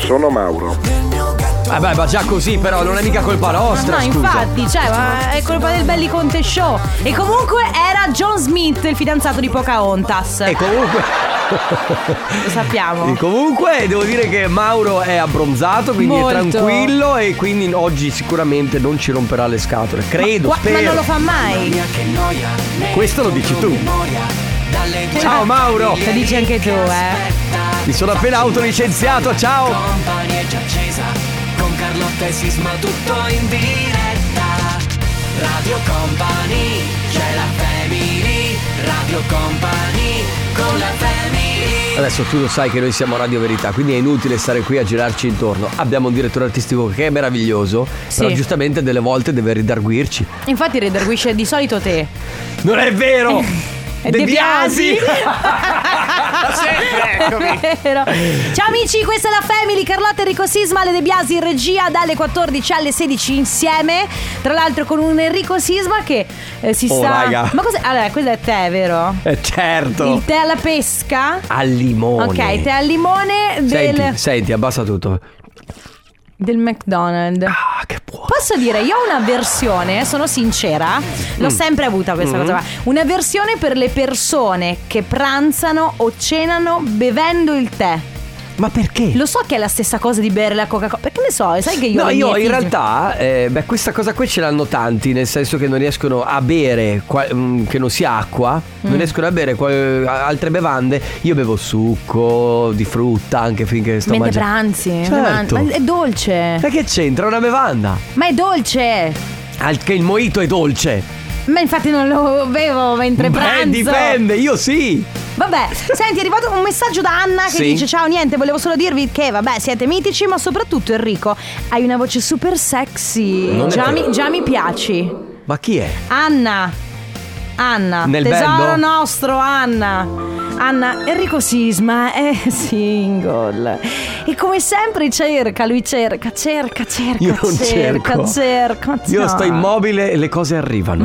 sono Mauro. Vabbè, ma già così però non è mica colpa nostra. No, scusa. infatti, cioè, ma è colpa del Belli Conte Show. E comunque era John Smith, il fidanzato di Pocahontas. E comunque lo sappiamo. E comunque devo dire che Mauro è abbronzato, quindi Molto. è tranquillo e quindi oggi sicuramente non ci romperà le scatole. Credo, spero. Ma non lo fa mai. Questo lo dici tu. Ciao Mauro. Lo dici anche tu, Mi sono appena autolicenziato, ciao. Company è già accesa, con Carlotta e Sisma tutto in diretta. Radio Company, c'è la family. Radio Company, con la family. Adesso tu lo sai che noi siamo Radio Verità, quindi è inutile stare qui a girarci intorno. Abbiamo un direttore artistico che è meraviglioso, Sì. però giustamente delle volte deve ridarguirci. Infatti redarguisce di solito te. Non è vero! De Biasi. Eccomi. È vero. Ciao amici, questa è la Family. Carlotta, Enrico Sisma, Ale De Biasi in regia dalle 14 alle 16 insieme. Tra l'altro con un Enrico Sisma che si sta. Raga. Ma cos'è? Allora, questo è tè, vero? Certo. Il tè alla pesca. Al limone. Ok, tè al limone Senti, abbassa tutto. del McDonald's. Ah, che buono. Posso dire, io ho una versione, sono sincera, l'ho sempre avuta questa cosa qua. Una versione per le persone che pranzano o cenano bevendo il tè. Ma perché? Lo so che è la stessa cosa di bere la Coca-Cola, perché ne so, sai che io... No, le io mie in figlie- realtà questa cosa qui ce l'hanno tanti, nel senso che non riescono a bere che non sia acqua, non riescono a bere altre bevande. Io bevo succo di frutta anche finché sto Mentre mangiando. pranzi. Certo. Ma è dolce. Ma che c'entra? È una bevanda. Ma è dolce. Anche il mojito è dolce. Ma infatti non lo bevo mentre pranzo. Dipende, io sì. Vabbè, senti, è arrivato un messaggio da Anna che Sì. dice: ciao, niente, volevo solo dirvi che vabbè, siete mitici, ma soprattutto Enrico, hai una voce super sexy. Non è vero. Già mi piaci. Ma chi è? Anna, Nel tesoro bando? nostro, Anna, Enrico Sisma è single e come sempre cerca. Io non cerco. Io sto immobile e le cose arrivano.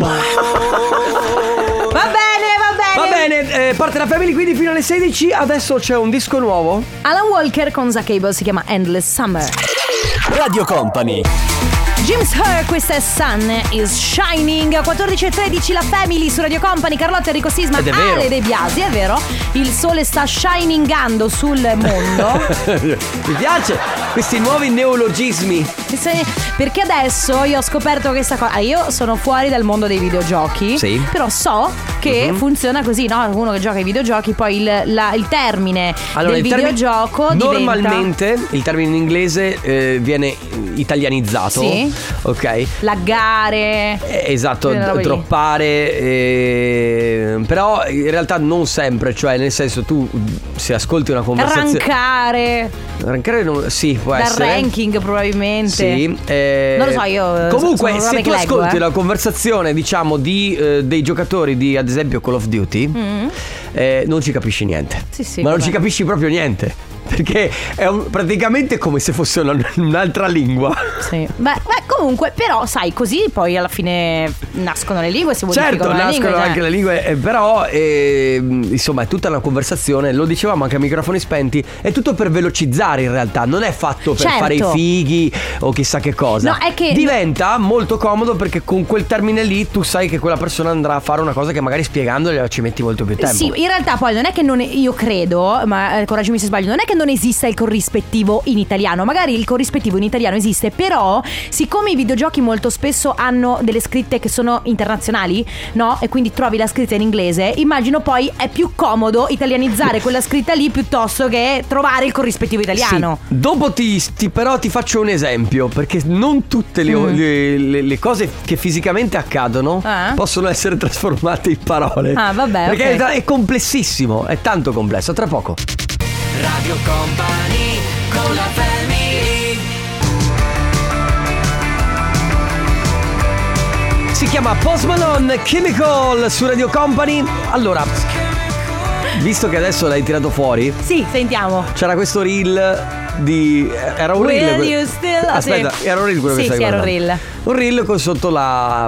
Va bene, parte la Family quindi fino alle 16. Adesso c'è un disco nuovo. Alan Walker con Zach Abel, si chiama Endless Summer. Radio Company. James Her, questa è Sun is Shining. 14:13 la Family su Radio Company. Carlotta, Enrico Sisma, Ed è vero. Ale De Biasi, è vero. Il sole sta shiningando sul mondo. Mi piace questi nuovi neologismi. Perché adesso io ho scoperto questa cosa. Io sono fuori dal mondo dei videogiochi. Sì. Però so che funziona così, no? Uno che gioca ai videogiochi, poi il termine del videogioco normalmente il termine in inglese viene italianizzato. Sì. Ok. laggare. Esatto, quelle robe lì. droppare. Però in realtà non sempre. Cioè nel senso, tu se ascolti una conversazione, Rankare sì, può dal essere ranking probabilmente. Sì, non lo so, io comunque sono se robe tu che leggo, ascolti la conversazione, diciamo, dei giocatori di, ad esempio, Call of Duty, non ci capisci niente. Sì, ma non vabbè. ci capisci proprio niente. Perché è praticamente come se fosse un'altra lingua. Sì. Beh, comunque, però, sai, così poi alla fine nascono le lingue, si Certo, modificano le lingue. nascono anche le lingue, però insomma è tutta una conversazione. Lo dicevamo anche a microfoni spenti. È tutto per velocizzare, in realtà. Non è fatto per fare i fighi o chissà che cosa. No, è che diventa molto comodo perché con quel termine lì tu sai che quella persona andrà a fare una cosa che magari spiegandole ci metti molto più tempo. Sì, in realtà poi non è che io credo, ma correggimi se sbaglio, non è che non esista il corrispettivo in italiano. Magari il corrispettivo in italiano esiste, però siccome i videogiochi molto spesso hanno delle scritte che sono internazionali, no? E quindi trovi la scritta in inglese, immagino poi è più comodo italianizzare quella scritta lì piuttosto che trovare il corrispettivo italiano. Sì. Dopo però ti faccio un esempio, perché non tutte le cose che fisicamente accadono possono essere trasformate in parole. Ah, vabbè, perché ok. è complessissimo, è tanto complesso. Tra poco. Radio Company con la family. Si chiama Post Malone, Chemical su Radio Company. Allora, visto che adesso l'hai tirato fuori, Sì, sentiamo. c'era questo reel di... Era un Will reel. you still- Aspetta, sì. era un reel quello che Sì, stai sì, era un guardando. Un reel con sotto la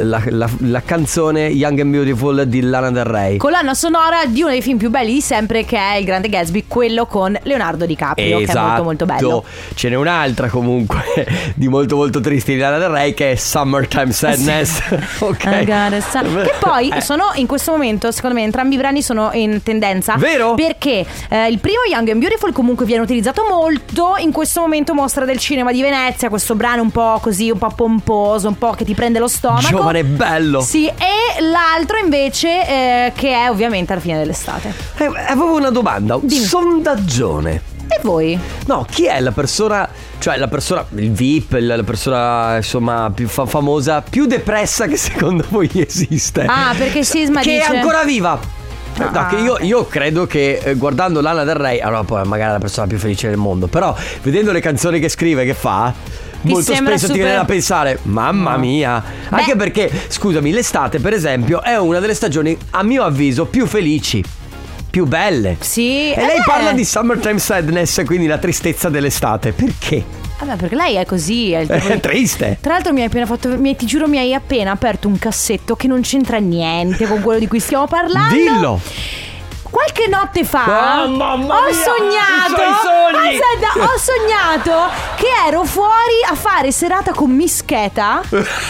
canzone Young and Beautiful di Lana Del Rey, colonna sonora di uno dei film più belli di sempre, che è Il Grande Gatsby, quello con Leonardo DiCaprio. esatto. Che è molto molto bello. Ce n'è un'altra comunque di molto molto triste di Lana Del Rey, che è Summertime Sadness. Ok. Che poi sono in questo momento, secondo me, entrambi i brani sono in tendenza. Vero? Perché il primo, Young and Beautiful, comunque viene utilizzato molto in questo momento. Mostra del Cinema di Venezia, questo brano un po' così, un po' pomposo, un po' che ti prende lo stomaco. Giovane e bello. Sì, e l'altro invece che è ovviamente alla fine dell'estate. Avevo una domanda, un Dimmi. sondaggione. E voi? No, chi è la persona, cioè la persona, il VIP, la persona insomma più famosa, più depressa che secondo voi esiste? Ah, perché Sisma che dice è ancora viva. No, che io credo che guardando Lana Del Rey, allora poi magari è la persona più felice del mondo, però vedendo le canzoni che scrive, che fa, molto sembra spesso ti super- viene da pensare, mamma mia. Anche perché, scusami, l'estate per esempio è una delle stagioni a mio avviso più felici, più belle. Sì. E lei parla di Summertime Sadness, quindi la tristezza dell'estate. Perché? Vabbè, perché lei è così, è il tipo È di- triste. Tra l'altro mi hai appena fatto, ti giuro, mi hai appena aperto un cassetto che non c'entra niente con quello di cui stiamo parlando. Dillo. Qualche notte fa Mamma mia, ho sognato, i suoi sogni. aspetta, ho sognato che ero fuori a fare serata con Miss Cheta.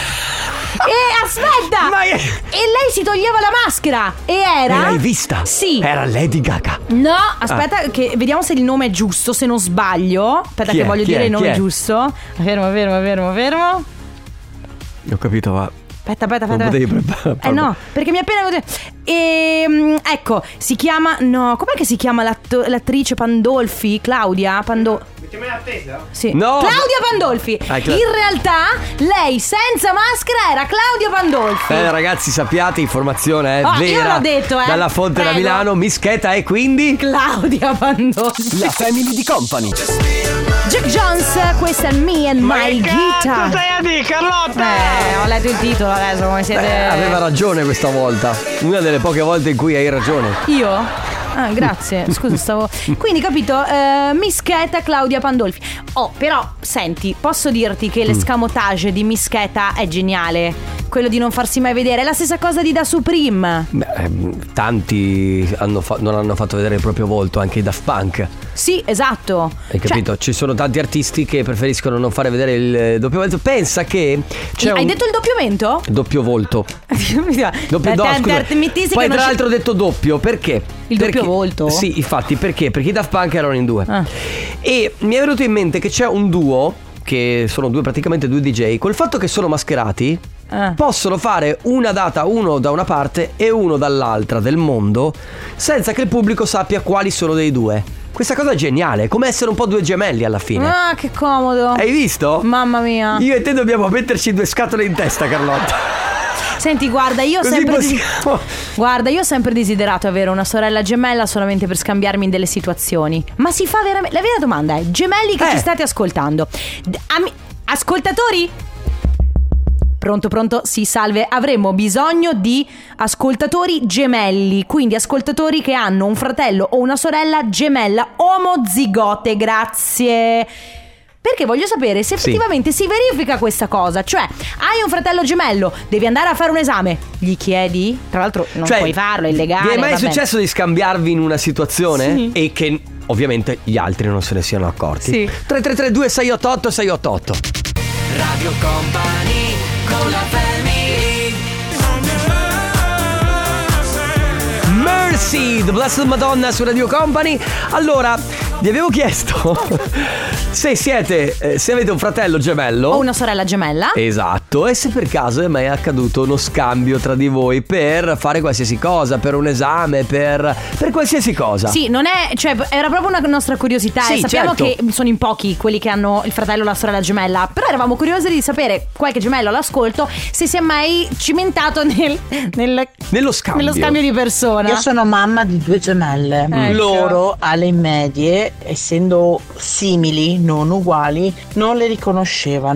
E aspetta, Ma e lei si toglieva la maschera e era... l'hai vista? Sì. Era Lady Gaga. No, aspetta, che vediamo se il nome è giusto, se non sbaglio. Aspetta, Chi che è? voglio Chi dire è? il nome Chi è? giusto. Fermo. Ho capito, ma Aspetta. non potevi preparare. No, perché mi è appena venuto. Ecco, si chiama. No, com'è che si chiama l'attrice Pandolfi? Claudia Pandolfi. Mettiamo in attesa? Sì. No. Claudia Pandolfi. In realtà, lei senza maschera era Claudia Pandolfi. Ragazzi, sappiate, informazione Oh, io vera l'ho detto, dalla fonte da Prego. Milano, Miss Cheta, e quindi Claudia Pandolfi. La Family di Company. Jack Jones, questa è Me and My Guitar. Stai a dire, Carlotta? Ho letto il titolo adesso, come siete. aveva ragione questa volta. Una delle poche volte in cui hai ragione. Io? Ah, grazie. Scusa, stavo. Quindi, capito, Miss Cheta, Claudia Pandolfi. Oh, però, senti, posso dirti che l'escamotage di Miss Cheta è geniale. Quello di non farsi mai vedere. È la stessa cosa di Da Supreme. Tanti non hanno fatto vedere il proprio volto, anche i Daft Punk. Sì, esatto. Hai capito? Ci sono tanti artisti che preferiscono non fare vedere il doppio volto. Pensa che c'è Hai un detto il doppiamento? doppio volto. Doppio, No, scusa. Poi tra l'altro ho detto doppio, perché? Il doppio volto? Sì, infatti, perché? Perché i Daft Punk erano in due. E mi è venuto in mente che c'è un duo, che sono praticamente due DJ, col fatto che sono mascherati possono fare una data, uno da una parte e uno dall'altra del mondo, senza che il pubblico sappia quali sono dei due. Questa cosa è geniale, è come essere un po' due gemelli alla fine. Ah, che comodo. Hai visto? Mamma mia. Io e te dobbiamo metterci due scatole in testa, Carlotta. Senti, guarda, io ho Così sempre possiamo. Guarda, io ho sempre desiderato avere una sorella gemella solamente per scambiarmi in delle situazioni. Ma si fa veramente? La vera domanda è: gemelli che ci state ascoltando, ascoltatori? Pronto, sì, salve. Avremmo bisogno di ascoltatori gemelli, quindi ascoltatori che hanno un fratello o una sorella gemella omozigote, grazie. Perché voglio sapere se effettivamente si verifica questa cosa. Cioè, hai un fratello gemello, devi andare a fare un esame, gli chiedi? Tra l'altro non puoi farlo, è illegale. Vi è mai va bene. successo di scambiarvi in una situazione e che ovviamente gli altri non se ne siano accorti? Sì. 3332 688 688. Radio Company con la family. Mercy, The Blessed Madonna su Radio Company. Allora, vi avevo chiesto se avete un fratello gemello O una sorella gemella. Esatto, e se per caso è mai accaduto uno scambio tra di voi per fare qualsiasi cosa, per un esame, per qualsiasi cosa. Sì, non è, cioè, era proprio una nostra curiosità. Sì, e sappiamo certo. che sono in pochi quelli che hanno il fratello o la sorella gemella. Però eravamo curiosi di sapere, qualche gemello all'ascolto, se si è mai cimentato Nello scambio di persona. Io sono mamma di due gemelle. Ecco. Loro alle medie, essendo simili, non uguali, non le riconoscevano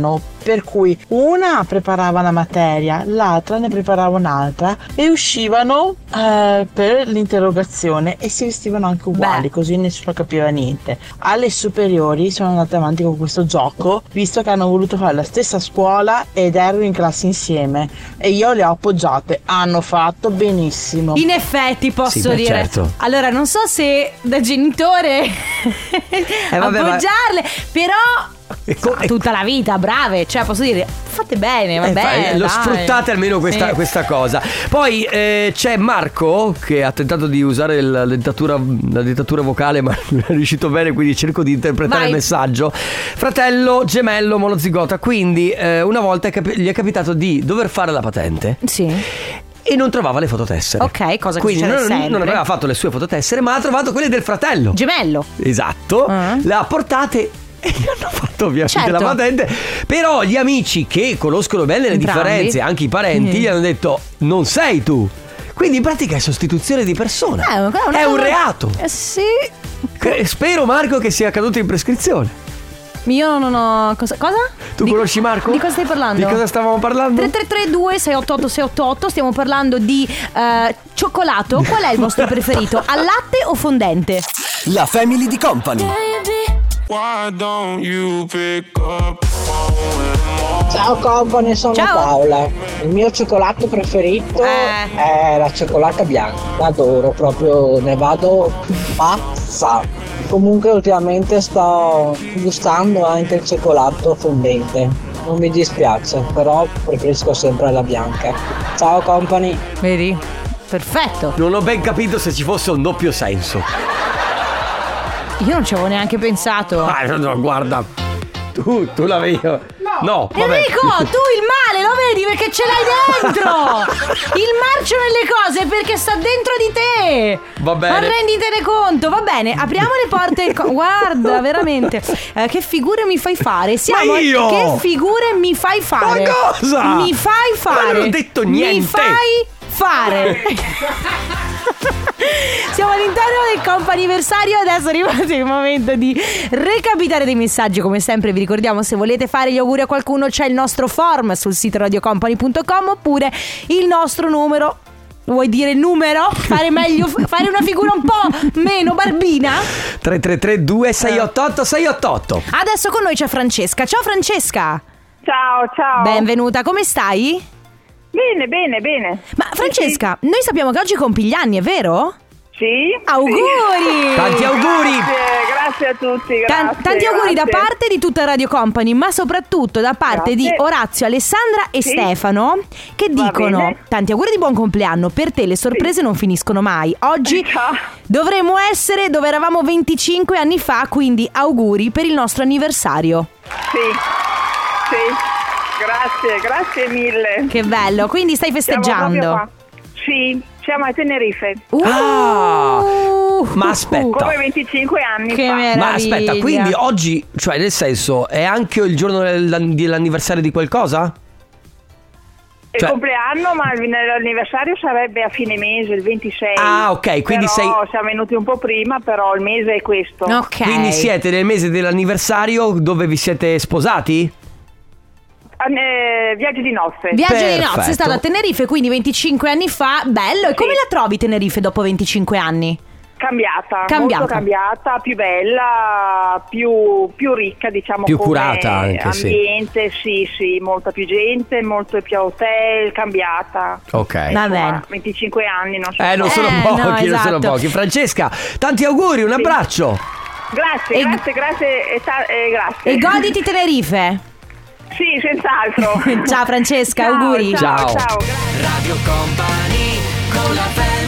per cui una preparava una materia, l'altra ne preparava un'altra e uscivano per l'interrogazione e si vestivano anche uguali, così nessuno capiva niente. Alle superiori sono andate avanti con questo gioco, visto che hanno voluto fare la stessa scuola ed erano in classe insieme e io le ho appoggiate, hanno fatto benissimo. In effetti posso Sì, beh, dire, certo. allora non so se da genitore vabbè, appoggiarle, però tutta la vita, brave, cioè posso dire, fate bene, va bene, lo dai. sfruttate almeno questa cosa. Poi c'è Marco che ha tentato di usare la dentatura vocale, ma non è riuscito bene, quindi cerco di interpretare Vai. il messaggio. Fratello gemello monozigota, quindi una volta gli è capitato di dover fare la patente Sì. e non trovava le fototessere. Ok, cosa che quindi succede sempre. non aveva fatto le sue fototessere, ma ha trovato quelle del fratello. Gemello. Esatto. Le ha portate e gli hanno fatto ovviamente Certo. la patente. Però gli amici che conoscono bene le Entrambi. differenze, anche i parenti, gli hanno detto: non sei tu. Quindi in pratica è sostituzione di persona. È un reato. Sì. Spero, Marco, che sia caduto in prescrizione. Io non ho... Cosa? Tu conosci Marco? Di cosa stai parlando? Di cosa stavamo parlando? 3332 688 688. Stiamo parlando di cioccolato. Qual è il vostro preferito? Al latte o fondente? La Family di Company. Ciao Company, sono Ciao. Paola. Il mio cioccolato preferito è la cioccolata bianca. L'adoro proprio, ne vado pazza. Comunque ultimamente sto gustando anche il cioccolato fondente. Non mi dispiace, però preferisco sempre la bianca. Ciao Company. Vedi? Perfetto. Non ho ben capito se ci fosse un doppio senso. Io non ci avevo neanche pensato. No, guarda. Tu l'avevi. No, vabbè. Enrico, tu il male lo vedi perché ce l'hai dentro. Il marcio nelle cose perché sta dentro di te. Va bene. Ma renditene conto. Va bene, apriamo le porte. Guarda, veramente. Che figure mi fai fare? Ma io? Che figure mi fai fare? Ma cosa? Mi fai fare? Ma non ho detto niente. Mi fai fare. Siamo all'interno del comp'anniversario. Adesso è arrivato il momento di recapitare dei messaggi. Come sempre vi ricordiamo, se volete fare gli auguri a qualcuno c'è il nostro form sul sito radiocompany.com oppure il nostro numero. Vuoi dire il numero? Fare meglio, fare una figura un po' meno barbina. 3332 688 688. Adesso con noi c'è Francesca. Ciao Francesca. Ciao. Benvenuta, come stai? Bene. Ma Francesca, noi sappiamo che oggi compi gli anni, è vero? Sì. Auguri! Tanti auguri! Grazie a tutti. Tanti auguri da parte di tutta Radio Company, ma soprattutto da parte di Grazie. Orazio, Alessandra e Sì. Stefano, che Va dicono: bene. tanti auguri di buon compleanno. Per te le sorprese non finiscono mai. Oggi Ciao. dovremmo essere dove eravamo 25 anni fa, quindi auguri per il nostro anniversario. Sì. Grazie mille. Che bello, quindi stai Siamo proprio festeggiando. qua. Sì, siamo a Tenerife. Ma aspetta. Come 25 anni Che fa. meraviglia. Ma aspetta, quindi oggi, cioè nel senso, è anche il giorno dell'anniversario di qualcosa? Il cioè- compleanno, ma l'anniversario sarebbe a fine mese, il 26. Ah, ok, quindi però siamo venuti un po' prima, però il mese è questo. Ok. Quindi siete nel mese dell'anniversario dove vi siete sposati? Viaggi di nozze. Viaggio di Perfetto. nozze, è stato a Tenerife, quindi 25 anni fa. Bello, e come la trovi Tenerife dopo 25 anni? Cambiata, Cambiata. molto cambiata, più bella, più ricca, diciamo, Più come curata anche, sì. ambiente, sì, molta più gente, molto più hotel, cambiata. Ok. Va bene. 25 anni, non so. Non sono no, pochi, non sono esatto. pochi. Francesca, tanti auguri, un abbraccio. Grazie E- grazie. E goditi Tenerife. Sì, senz'altro. Ciao Francesca, Ciao, auguri. Ciao. Radio Company con la family.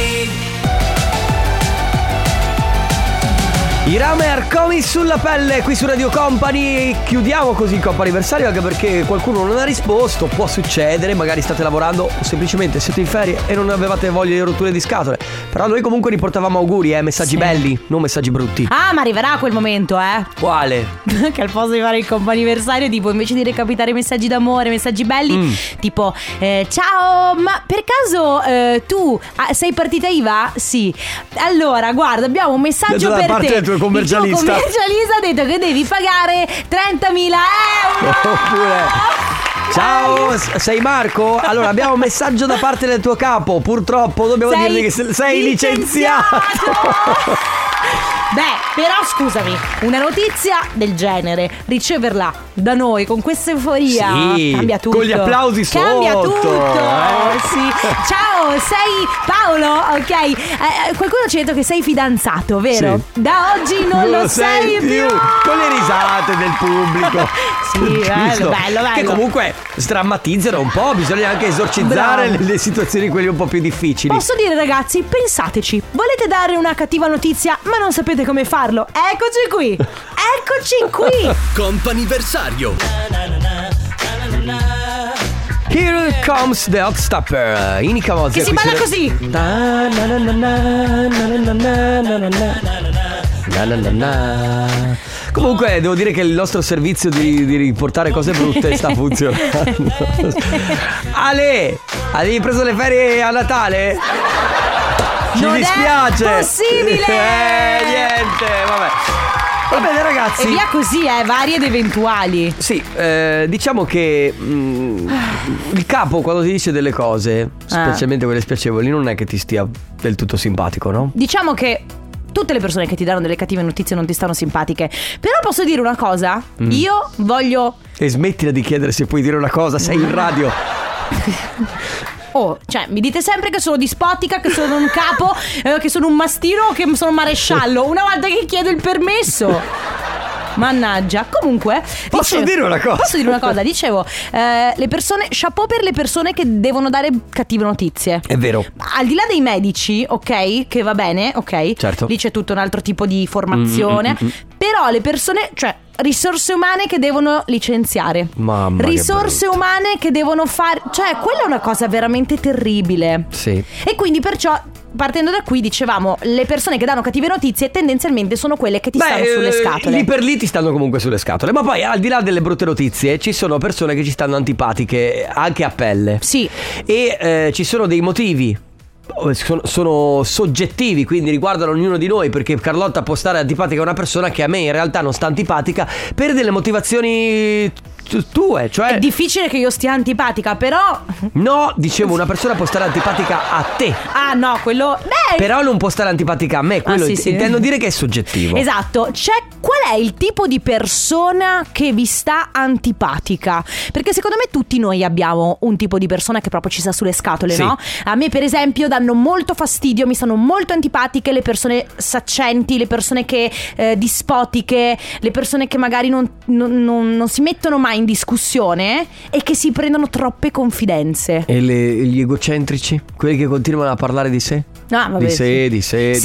I Ramer Comi sulla pelle qui su Radio Company. Chiudiamo così il comp'anniversario, anche perché qualcuno non ha risposto. Può succedere, magari state lavorando o semplicemente siete in ferie e non avevate voglia di rotture di scatole. Però noi comunque riportavamo auguri, messaggi belli, non messaggi brutti. Ah, ma arriverà quel momento, Quale? che al posto di fare il comp'anniversario, tipo, invece di recapitare messaggi d'amore, messaggi belli, tipo ciao, ma per caso tu sei partita IVA? Sì. Allora, guarda, abbiamo un messaggio Da per parte te. del tuo commercialista. Il tuo commercialista ha detto che devi pagare 30.000 euro. Oppure ciao, sei Marco? Allora abbiamo un messaggio da parte del tuo capo. Purtroppo dobbiamo dirti che sei licenziato. Beh, però scusami, una notizia del genere, riceverla da noi con questa euforia, sì, cambia tutto. con gli applausi cambia sotto, tutto. Sì. Ciao, sei Paolo? Ok, qualcuno ci ha detto che sei fidanzato, vero? Sì. Da oggi non lo sei più. Con le risate del pubblico. Sì, bello. Che comunque strammatizzano un po'. Bisogna anche esorcizzare le situazioni quelle un po' più difficili. Posso dire, ragazzi, pensateci. Volete dare una cattiva notizia ma non sapete come farlo? Eccoci qui. Comp'anniversario. Here comes the hot stepper. Inica voce Che si balla così. Comunque devo dire che il nostro servizio di riportare cose brutte sta funzionando. Ale, avevi preso le ferie a Natale? Ci Non dispiace. è possibile. Niente, vabbè. Va bene ragazzi. E via così, varie ed eventuali. Sì, diciamo che il capo quando ti dice delle cose, specialmente quelle spiacevoli, non è che ti stia del tutto simpatico, no? Diciamo che tutte le persone che ti danno delle cattive notizie non ti stanno simpatiche. Però posso dire una cosa? Io voglio... E smettila di chiedere se puoi dire una cosa, sei in radio. Oh, cioè, mi dite sempre che sono dispotica, che sono un capo, che sono un mastino o che sono un maresciallo. Una volta che chiedo il permesso. Mannaggia. Comunque Posso dire una cosa? Dicevo, le persone, chapeau per le persone che devono dare cattive notizie. È vero. Al di là dei medici, ok, che va bene, ok, certo. Lì c'è tutto un altro tipo di formazione. Però le persone, cioè risorse umane che devono licenziare. Mamma, risorse umane che devono fare, cioè quella è una cosa veramente terribile. Sì. E quindi perciò, partendo da qui, dicevamo, le persone che danno cattive notizie tendenzialmente sono quelle che ti stanno sulle scatole. Lì per lì ti stanno comunque sulle scatole. Ma poi al di là delle brutte notizie ci sono persone che ci stanno antipatiche anche a pelle. Sì. E ci sono dei motivi, sono soggettivi, quindi riguardano ognuno di noi, perché Carlotta può stare antipatica a una persona che a me in realtà non sta antipatica per delle motivazioni tue, cioè è difficile che io stia antipatica, però no, dicevo, una persona può stare antipatica a te. Ah no, quello però non può stare antipatica a me. Quello sì. intendo dire che è soggettivo. Esatto. Qual è il tipo di persona che vi sta antipatica? Perché secondo me tutti noi abbiamo un tipo di persona che proprio ci sta sulle scatole, sì. No? A me per esempio danno molto fastidio, mi stanno molto antipatiche le persone saccenti, le persone che dispotiche, le persone che magari non si mettono mai in discussione e che si prendono troppe confidenze. E gli egocentrici, quelli che continuano a parlare di sé. Ah, vabbè, di sé.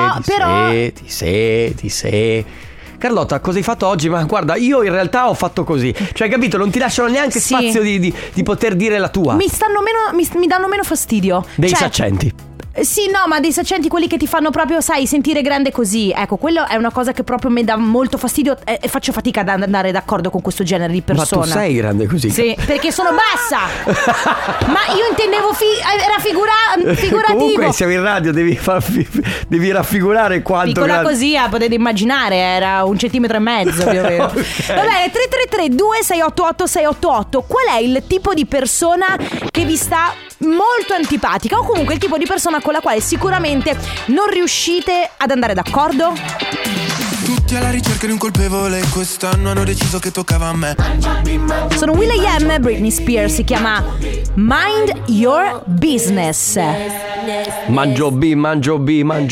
Carlotta, cosa hai fatto oggi? Ma guarda, io in realtà ho fatto così. Cioè, capito? Non ti lasciano neanche spazio di poter dire la tua. Mi danno meno fastidio. Dei saccenti. Sì, no, ma dei saccenti, quelli che ti fanno proprio, sai, sentire grande così. Ecco, quello è una cosa che proprio mi dà molto fastidio e faccio fatica ad andare d'accordo con questo genere di persona. Ma tu sei grande così? Sì, perché sono bassa. Ma io intendevo era figurativo. Comunque siamo in radio, devi raffigurare quanto piccola grande. Così, potete immaginare, era 1,5 centimetri più o meno. Okay. Va bene, 333-2688-688. Qual è il tipo di persona che vi sta molto antipatica, o comunque il tipo di persona con la quale sicuramente non riuscite ad andare d'accordo? Tutti alla ricerca di un colpevole, quest'anno hanno deciso che toccava a me. Sono will.i.am, Britney Spears, si chiama Mind Your Business. Mangio B. Mangio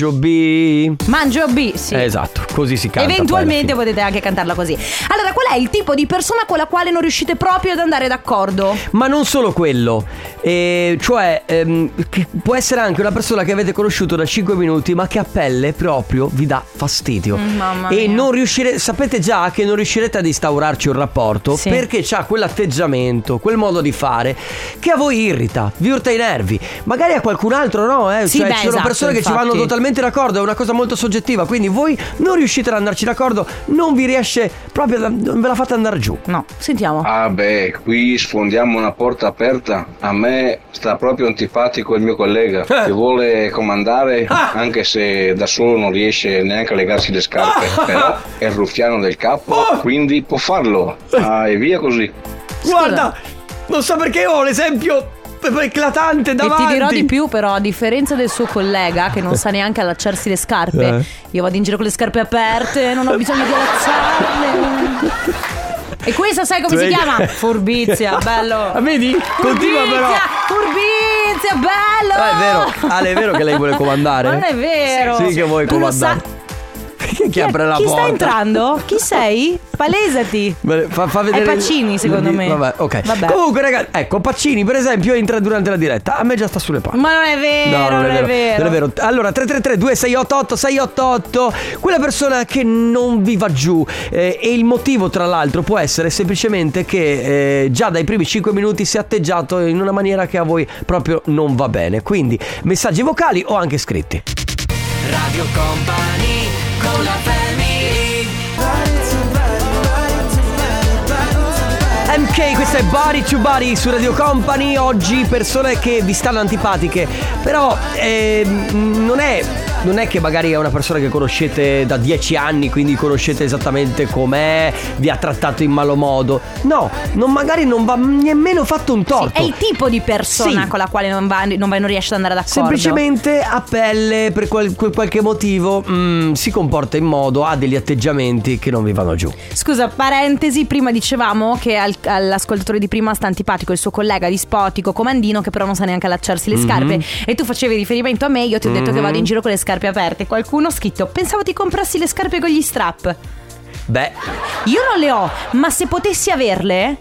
B, sì. Esatto, così si canta. Eventualmente potete anche cantarla così. Allora, qual è il tipo di persona con la quale non riuscite proprio ad andare d'accordo? Ma non solo quello, cioè può essere anche una persona che avete conosciuto da 5 minuti, ma che a pelle proprio vi dà fastidio. Mamma e e non sapete già che non riuscirete ad instaurarci un rapporto perché c'ha quell'atteggiamento, quel modo di fare che a voi irrita, vi urta i nervi. Magari a qualcun altro no, Sì, cioè beh, ci sono esatto, persone che ci vanno totalmente d'accordo, è una cosa molto soggettiva, quindi voi non riuscite ad andarci d'accordo, non vi riesce proprio, non ve la fate andare giù. No, sentiamo. Ah beh, qui sfondiamo una porta aperta. A me sta proprio antipatico il mio collega che vuole comandare anche se da solo non riesce neanche a legarsi le scarpe, però è il ruffiano del capo, quindi può farlo. E via così. Guarda, non so perché ho l'esempio eclatante davanti. E ti dirò di più, però, a differenza del suo collega che non sa neanche allacciarsi le scarpe, io vado in giro con le scarpe aperte, non ho bisogno di allacciarle. E questa sai come si chiama? Furbizia, bello. Vedi? Continua però. Furbizia, bello. È vero, Ale, è vero che lei vuole comandare? Ma non è vero. Sì che vuoi comandare. Chi apre la porta? Chi sta entrando? Chi sei? Palesati. Fa vedere. È Pacini, secondo me. Vabbè, ok. Vabbè. Comunque, ragazzi, ecco, Pacini, per esempio, entra durante la diretta. A me già sta sulle palle. Ma non è vero. No, non è vero. Non è vero. Allora, 333-2688-688. Quella persona che non vi va giù. E il motivo, tra l'altro, può essere semplicemente che già dai primi 5 minuti si è atteggiato in una maniera che a voi proprio non va bene. Quindi, messaggi vocali o anche scritti. Radio Company con la family. MK, questa è Body to Body su Radio Company. Oggi persone che vi stanno antipatiche. Però non è che magari è una persona che conoscete da 10 anni, quindi conoscete esattamente com'è, vi ha trattato in malo modo. No, magari non va nemmeno fatto un torto. Sì, è il tipo di persona con la quale non riesce ad andare d'accordo. Semplicemente a pelle, per qualche motivo si comporta in modo, ha degli atteggiamenti che non vi vanno giù. Scusa, parentesi, prima dicevamo che all'ascoltatore di prima sta antipatico il suo collega dispotico comandino che però non sa neanche allacciarsi le scarpe. E tu facevi riferimento a me, io ti ho detto che vado in giro con le scarpe aperte. Qualcuno ha scritto: pensavo ti comprassi le scarpe con gli strap. Beh, io non le ho, ma se potessi averle,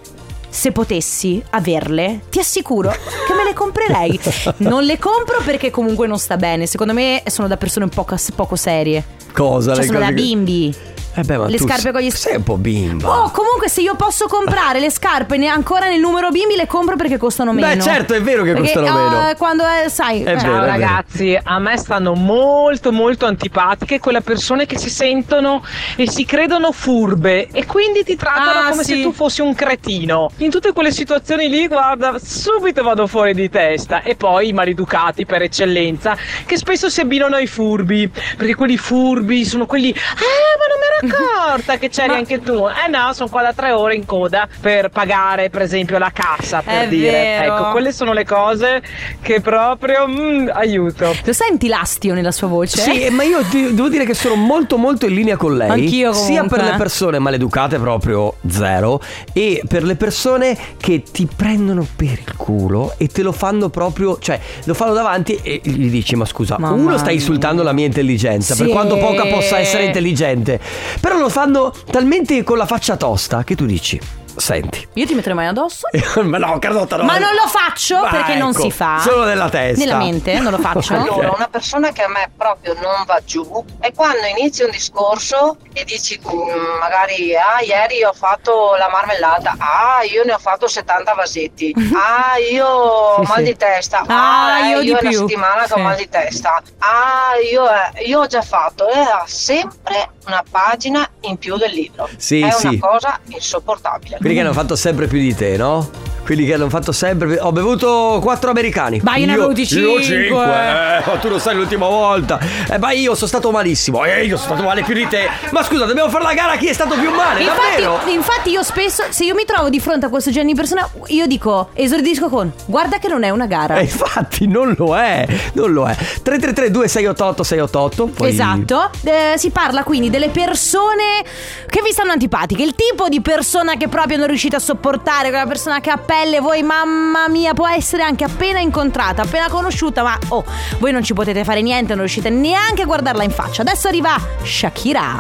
ti assicuro che me le comprerei. Non le compro perché comunque non sta bene. Secondo me sono da persone poco serie. Cosa? Cioè sono da bimbi. Ma le scarpe con gli sei un po' bimba. Oh, comunque se io posso comprare le scarpe ancora nel numero bimbi, le compro perché costano meno. Beh, certo, è vero che costano meno. Quando sai. È vero, Ciao ragazzi, a me stanno molto molto antipatiche quelle persone che si sentono e si credono furbe e quindi ti trattano come se tu fossi un cretino. In tutte quelle situazioni lì, guarda, subito vado fuori di testa. E poi i maleducati per eccellenza, che spesso si abbinano ai furbi, perché quelli furbi sono quelli: ma non mi ero accorta che c'eri anche tu. No, sono qua da 3 ore in coda per pagare per esempio la cassa, per dire. Vero. Ecco, quelle sono le cose che proprio aiuto. Lo senti l'astio nella sua voce? Sì, ma io devo dire che sono molto molto in linea con lei. Anch'io comunque. Sia per le persone maleducate proprio zero, e per le persone che ti prendono per il culo e te lo fanno proprio, cioè lo fanno davanti e gli dici: ma scusa, uno sta insultando la mia intelligenza, per quanto poca possa essere intelligente, però lo fanno talmente con la faccia tosta che tu dici: senti, io ti metterei mai addosso. Ma no, Carlotta, no. Ma non lo faccio perché non si fa. Solo nella testa. Nella mente non lo faccio. Allora, una persona che a me proprio non va giù è quando inizi un discorso e dici magari: ieri ho fatto la marmellata, io ne ho fatto 70 vasetti, io ho mal di testa, io è una settimana che ho mal di testa, io ho già fatto, e ha sempre una pagina in più del libro. Sì, è sì. una cosa insopportabile. Quelli che hanno fatto sempre più di te, no? Quelli che hanno fatto sempre più... Ho bevuto 4 americani. Ma io ne avevo 5. Ma tu lo sai l'ultima volta. Ma io sono stato malissimo. Io sono stato male più di te. Ma scusa, dobbiamo fare la gara a chi è stato più male, davvero? Infatti io spesso, se io mi trovo di fronte a questo genere di persona, io dico, esordisco con: guarda che non è una gara. Infatti non lo è. 333-2688-688. Poi... Esatto. Si parla quindi delle persone che vi stanno antipatiche. Il tipo di persona che proprio non riuscite a sopportare, quella persona che ha pelle, voi, mamma mia, può essere anche appena incontrata, appena conosciuta, ma voi non ci potete fare niente, non riuscite neanche a guardarla in faccia. Adesso arriva Shakira.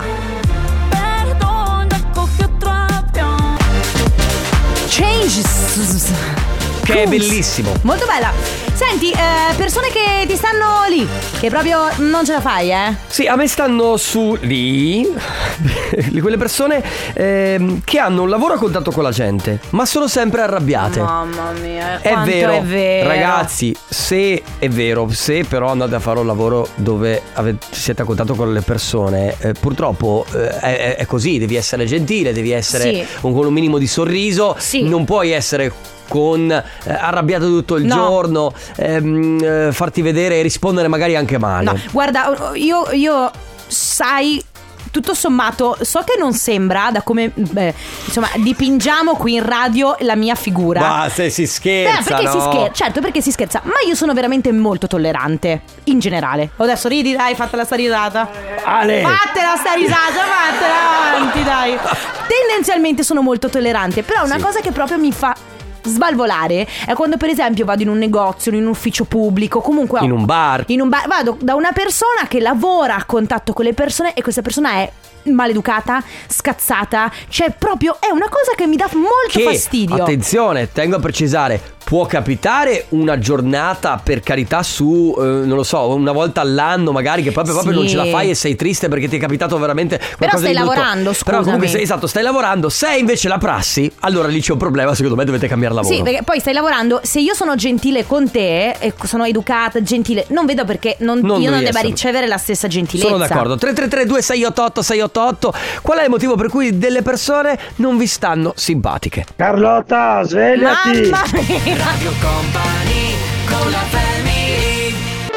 Changes. Che è bellissimo. Molto bella. Senti, persone che ti stanno lì, che proprio non ce la fai, Sì, a me stanno su lì quelle persone che hanno un lavoro a contatto con la gente, ma sono sempre arrabbiate. Mamma mia, è vero, vero. Ragazzi, se è vero, se però andate a fare un lavoro dove siete a contatto con le persone, purtroppo è così, devi essere gentile, devi essere con un minimo di sorriso, non puoi essere arrabbiato tutto il giorno, farti vedere e rispondere magari anche male. No, guarda, io sai, tutto sommato, so che non sembra da come insomma dipingiamo qui in radio la mia figura. Ma se si scherza, perché no? si scherza, certo, perché si scherza. Ma io sono veramente molto tollerante in generale. Adesso ridi, dai, fatta la sta risata. Ale, fatela sta risata, fatela avanti, dai. Tendenzialmente sono molto tollerante, però una cosa che proprio mi fa sbalvolare è quando per esempio vado in un negozio, in un ufficio pubblico, comunque in un bar, vado da una persona che lavora a contatto con le persone e questa persona è maleducata, scazzata, cioè proprio è una cosa che mi dà molto fastidio. Attenzione, tengo a precisare, può capitare una giornata, per carità, su non lo so, una volta all'anno magari, che proprio non ce la fai e sei triste perché ti è capitato veramente qualcosa però stai di brutto. Lavorando, scusami. Però comunque stai lavorando. Se è invece la prassi, allora lì c'è un problema, secondo me dovete cambiare lavoro. Sì, perché poi stai lavorando. Se io sono gentile con te e sono educata, gentile, non vedo perché io non debba ricevere la stessa gentilezza. Sono d'accordo. 333-2688-688. Qual è il motivo per cui delle persone non vi stanno simpatiche? Carlotta, svegliati. Mamma mia. Radio Company con la family.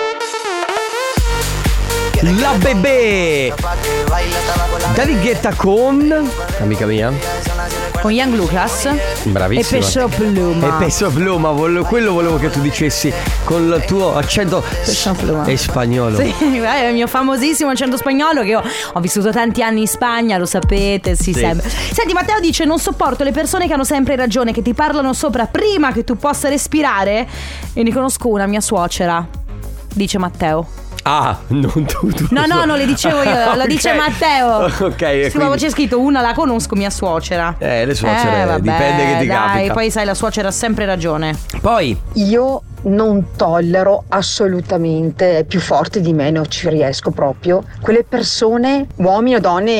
La bebè David Guetta con amica mia, con Young Lucas. bravissima, e Peso Pluma. E Peso Pluma, quello volevo che tu dicessi con il tuo accento spagnolo. Sì, è il mio famosissimo accento spagnolo, che io ho vissuto tanti anni in Spagna, lo sapete, sempre. Senti, Matteo dice: non sopporto le persone che hanno sempre ragione, che ti parlano sopra prima che tu possa respirare. E ne conosco una, mia suocera, dice Matteo. Ah, non tu. No, non le dicevo io, lo dice Matteo. Ok. Sì, ma c'è scritto: una la conosco, mia suocera. Le suocere, vabbè, dipende che ti capita. Poi sai, la suocera ha sempre ragione. Poi io non tollero assolutamente, più forte di me non ci riesco proprio, quelle persone, uomini o donne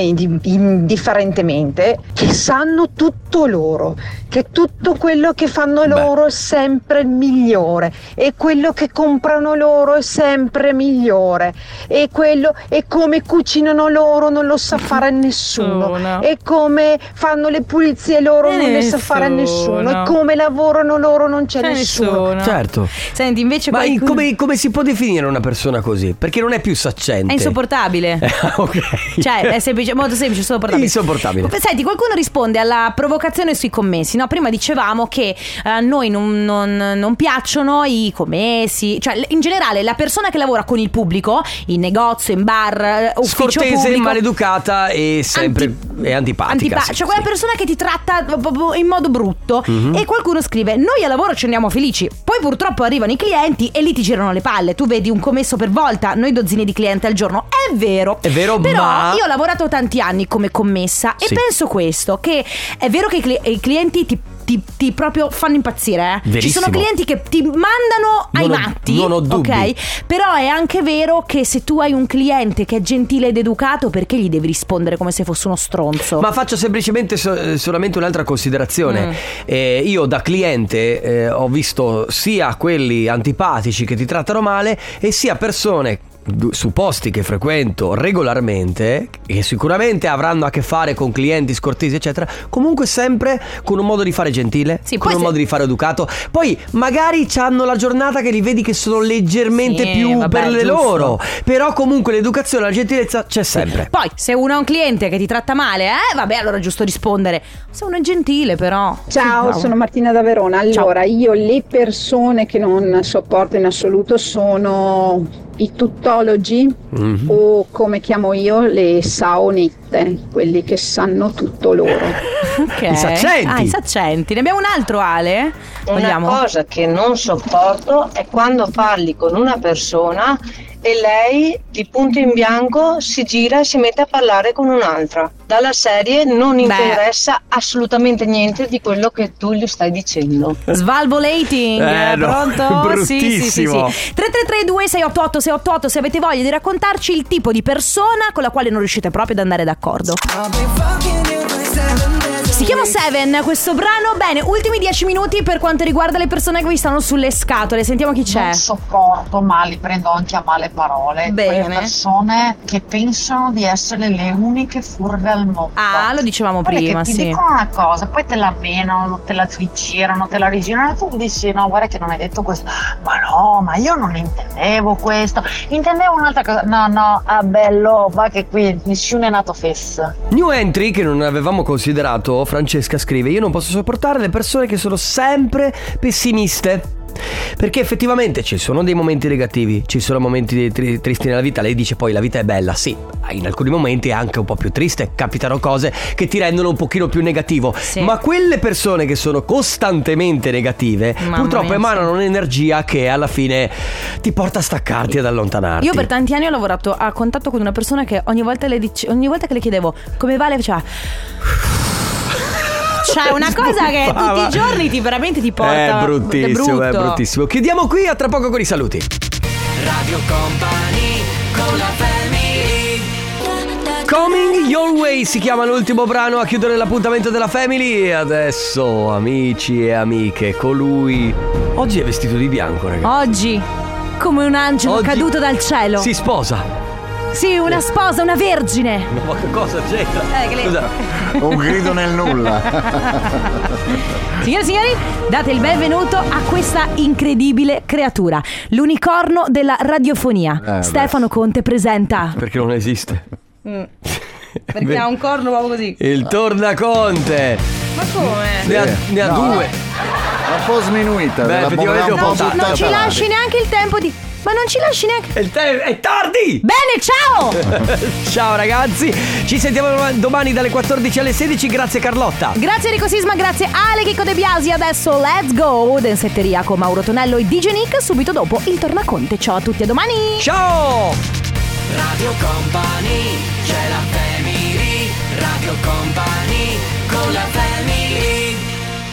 indifferentemente, che sanno tutto loro, che tutto quello che fanno loro è sempre il migliore, e quello che comprano loro è sempre migliore, e come cucinano loro non lo sa fare nessuno, e come fanno le pulizie loro non le sa fare nessuno, e come lavorano loro non c'è nessuno. Certo. Senti, invece ma come si può definire una persona così? Perché non è più saccente. È insopportabile. Ok. Cioè è semplice, molto semplice, insopportabile. Senti, qualcuno risponde alla provocazione sui commessi, no? Prima dicevamo che a noi non piacciono i commessi, cioè in generale la persona che lavora con il pubblico, in negozio, in bar, ufficio scortese, pubblico, maleducata e sempre è antipatica. Cioè quella persona che ti tratta in modo brutto. E qualcuno scrive: noi a lavoro ci andiamo felici, poi purtroppo arrivano i clienti e lì ti girano le palle. Tu vedi un commesso per volta, noi dozzine di clienti al giorno. È vero, però ma io ho lavorato tanti anni come commessa e penso questo, che è vero che i clienti ti proprio fanno impazzire, Ci sono clienti che ti mandano ai matti, non ho dubbi. Ok, però è anche vero che se tu hai un cliente che è gentile ed educato, perché gli devi rispondere come se fosse uno stronzo? Ma faccio semplicemente solamente un'altra considerazione. Io da cliente ho visto sia quelli antipatici che ti trattano male, e sia persone su posti che frequento regolarmente, che sicuramente avranno a che fare con clienti scortesi eccetera, comunque sempre con un modo di fare gentile, con un modo di fare educato. Poi magari hanno la giornata che li vedi che sono leggermente più per le loro, però comunque l'educazione, la gentilezza c'è sempre. Poi se uno ha un cliente che ti tratta male, vabbè, allora è giusto rispondere. Se uno è gentile, però. Ciao, sono Martina da Verona. Allora, io le persone che non sopporto in assoluto sono i tuttologi, o come chiamo io, le saonette, quelli che sanno tutto loro. Ok. I saccenti. I saccenti. Ne abbiamo un altro, Ale? Una cosa che non sopporto è quando parli con una persona e lei di punto in bianco si gira e si mette a parlare con un'altra. Dalla serie non interessa assolutamente niente di quello che tu gli stai dicendo. Svalvolating, pronto? Bruttissimo. Sì. 3332 688 688 se avete voglia di raccontarci il tipo di persona con la quale non riuscite proprio ad andare d'accordo. Si chiama Seven questo brano. Bene, ultimi 10 minuti per quanto riguarda le persone che vi stanno sulle scatole. Sentiamo chi c'è. Non sopporto, ma li prendo anche a male parole. Bene. Quelle persone che pensano di essere le uniche furbe al mondo. Ah, lo dicevamo prima, che ti sì. dicono una cosa, poi te la menano, te la girano, te la rigirano, e tu dici no, guarda che non hai detto questo. Ma no, ma io non intendevo questo, intendevo un'altra cosa. No, bello, va che qui nessuno è nato fesso. New entry che non avevamo considerato. Francesca scrive: io non posso sopportare le persone che sono sempre pessimiste, perché effettivamente ci sono dei momenti negativi, ci sono momenti tristi nella vita. Lei dice poi la vita è bella, sì, in alcuni momenti è anche un po' più triste, capitano cose che ti rendono un pochino più negativo, sì. Ma quelle persone che sono costantemente negative, purtroppo emanano un'energia che alla fine ti porta a staccarti e ad allontanarti. Io per tanti anni ho lavorato a contatto con una persona che ogni volta che le chiedevo come va, lei faceva cioè una cosa che tutti i giorni veramente ti porta. È bruttissimo, è bruttissimo. Chiudiamo qui, a tra poco con i saluti. Radio Company con la Family. Coming Your Way si chiama l'ultimo brano a chiudere l'appuntamento della Family. E adesso, amici e amiche, colui oggi è vestito di bianco, ragazzi. Oggi, come un angelo caduto dal cielo, si sposa. Sì, una sposa, una vergine. Ma che cosa c'entra? Scusa. Un grido nel nulla. Signore e signori, date il benvenuto a questa incredibile creatura, l'unicorno della radiofonia. Stefano Conte presenta. Perché non esiste. Perché ha un corno proprio così. Il Tornaconte. Ma come? Ne ha due. Un po' sminuita. Non ci lasci neanche il tempo di... Ma non ci lasci neanche... È tardi! Bene, ciao! Ciao ragazzi, ci sentiamo domani dalle 14 alle 16. Grazie Carlotta. Grazie Enrico Sisma, grazie Ale Chicco De Biasi. Adesso let's go Densetteria con Mauro Tonello e DJ Nick. Subito dopo il Tornaconte. Ciao a tutti, a domani. Ciao! Radio Company, c'è la Family.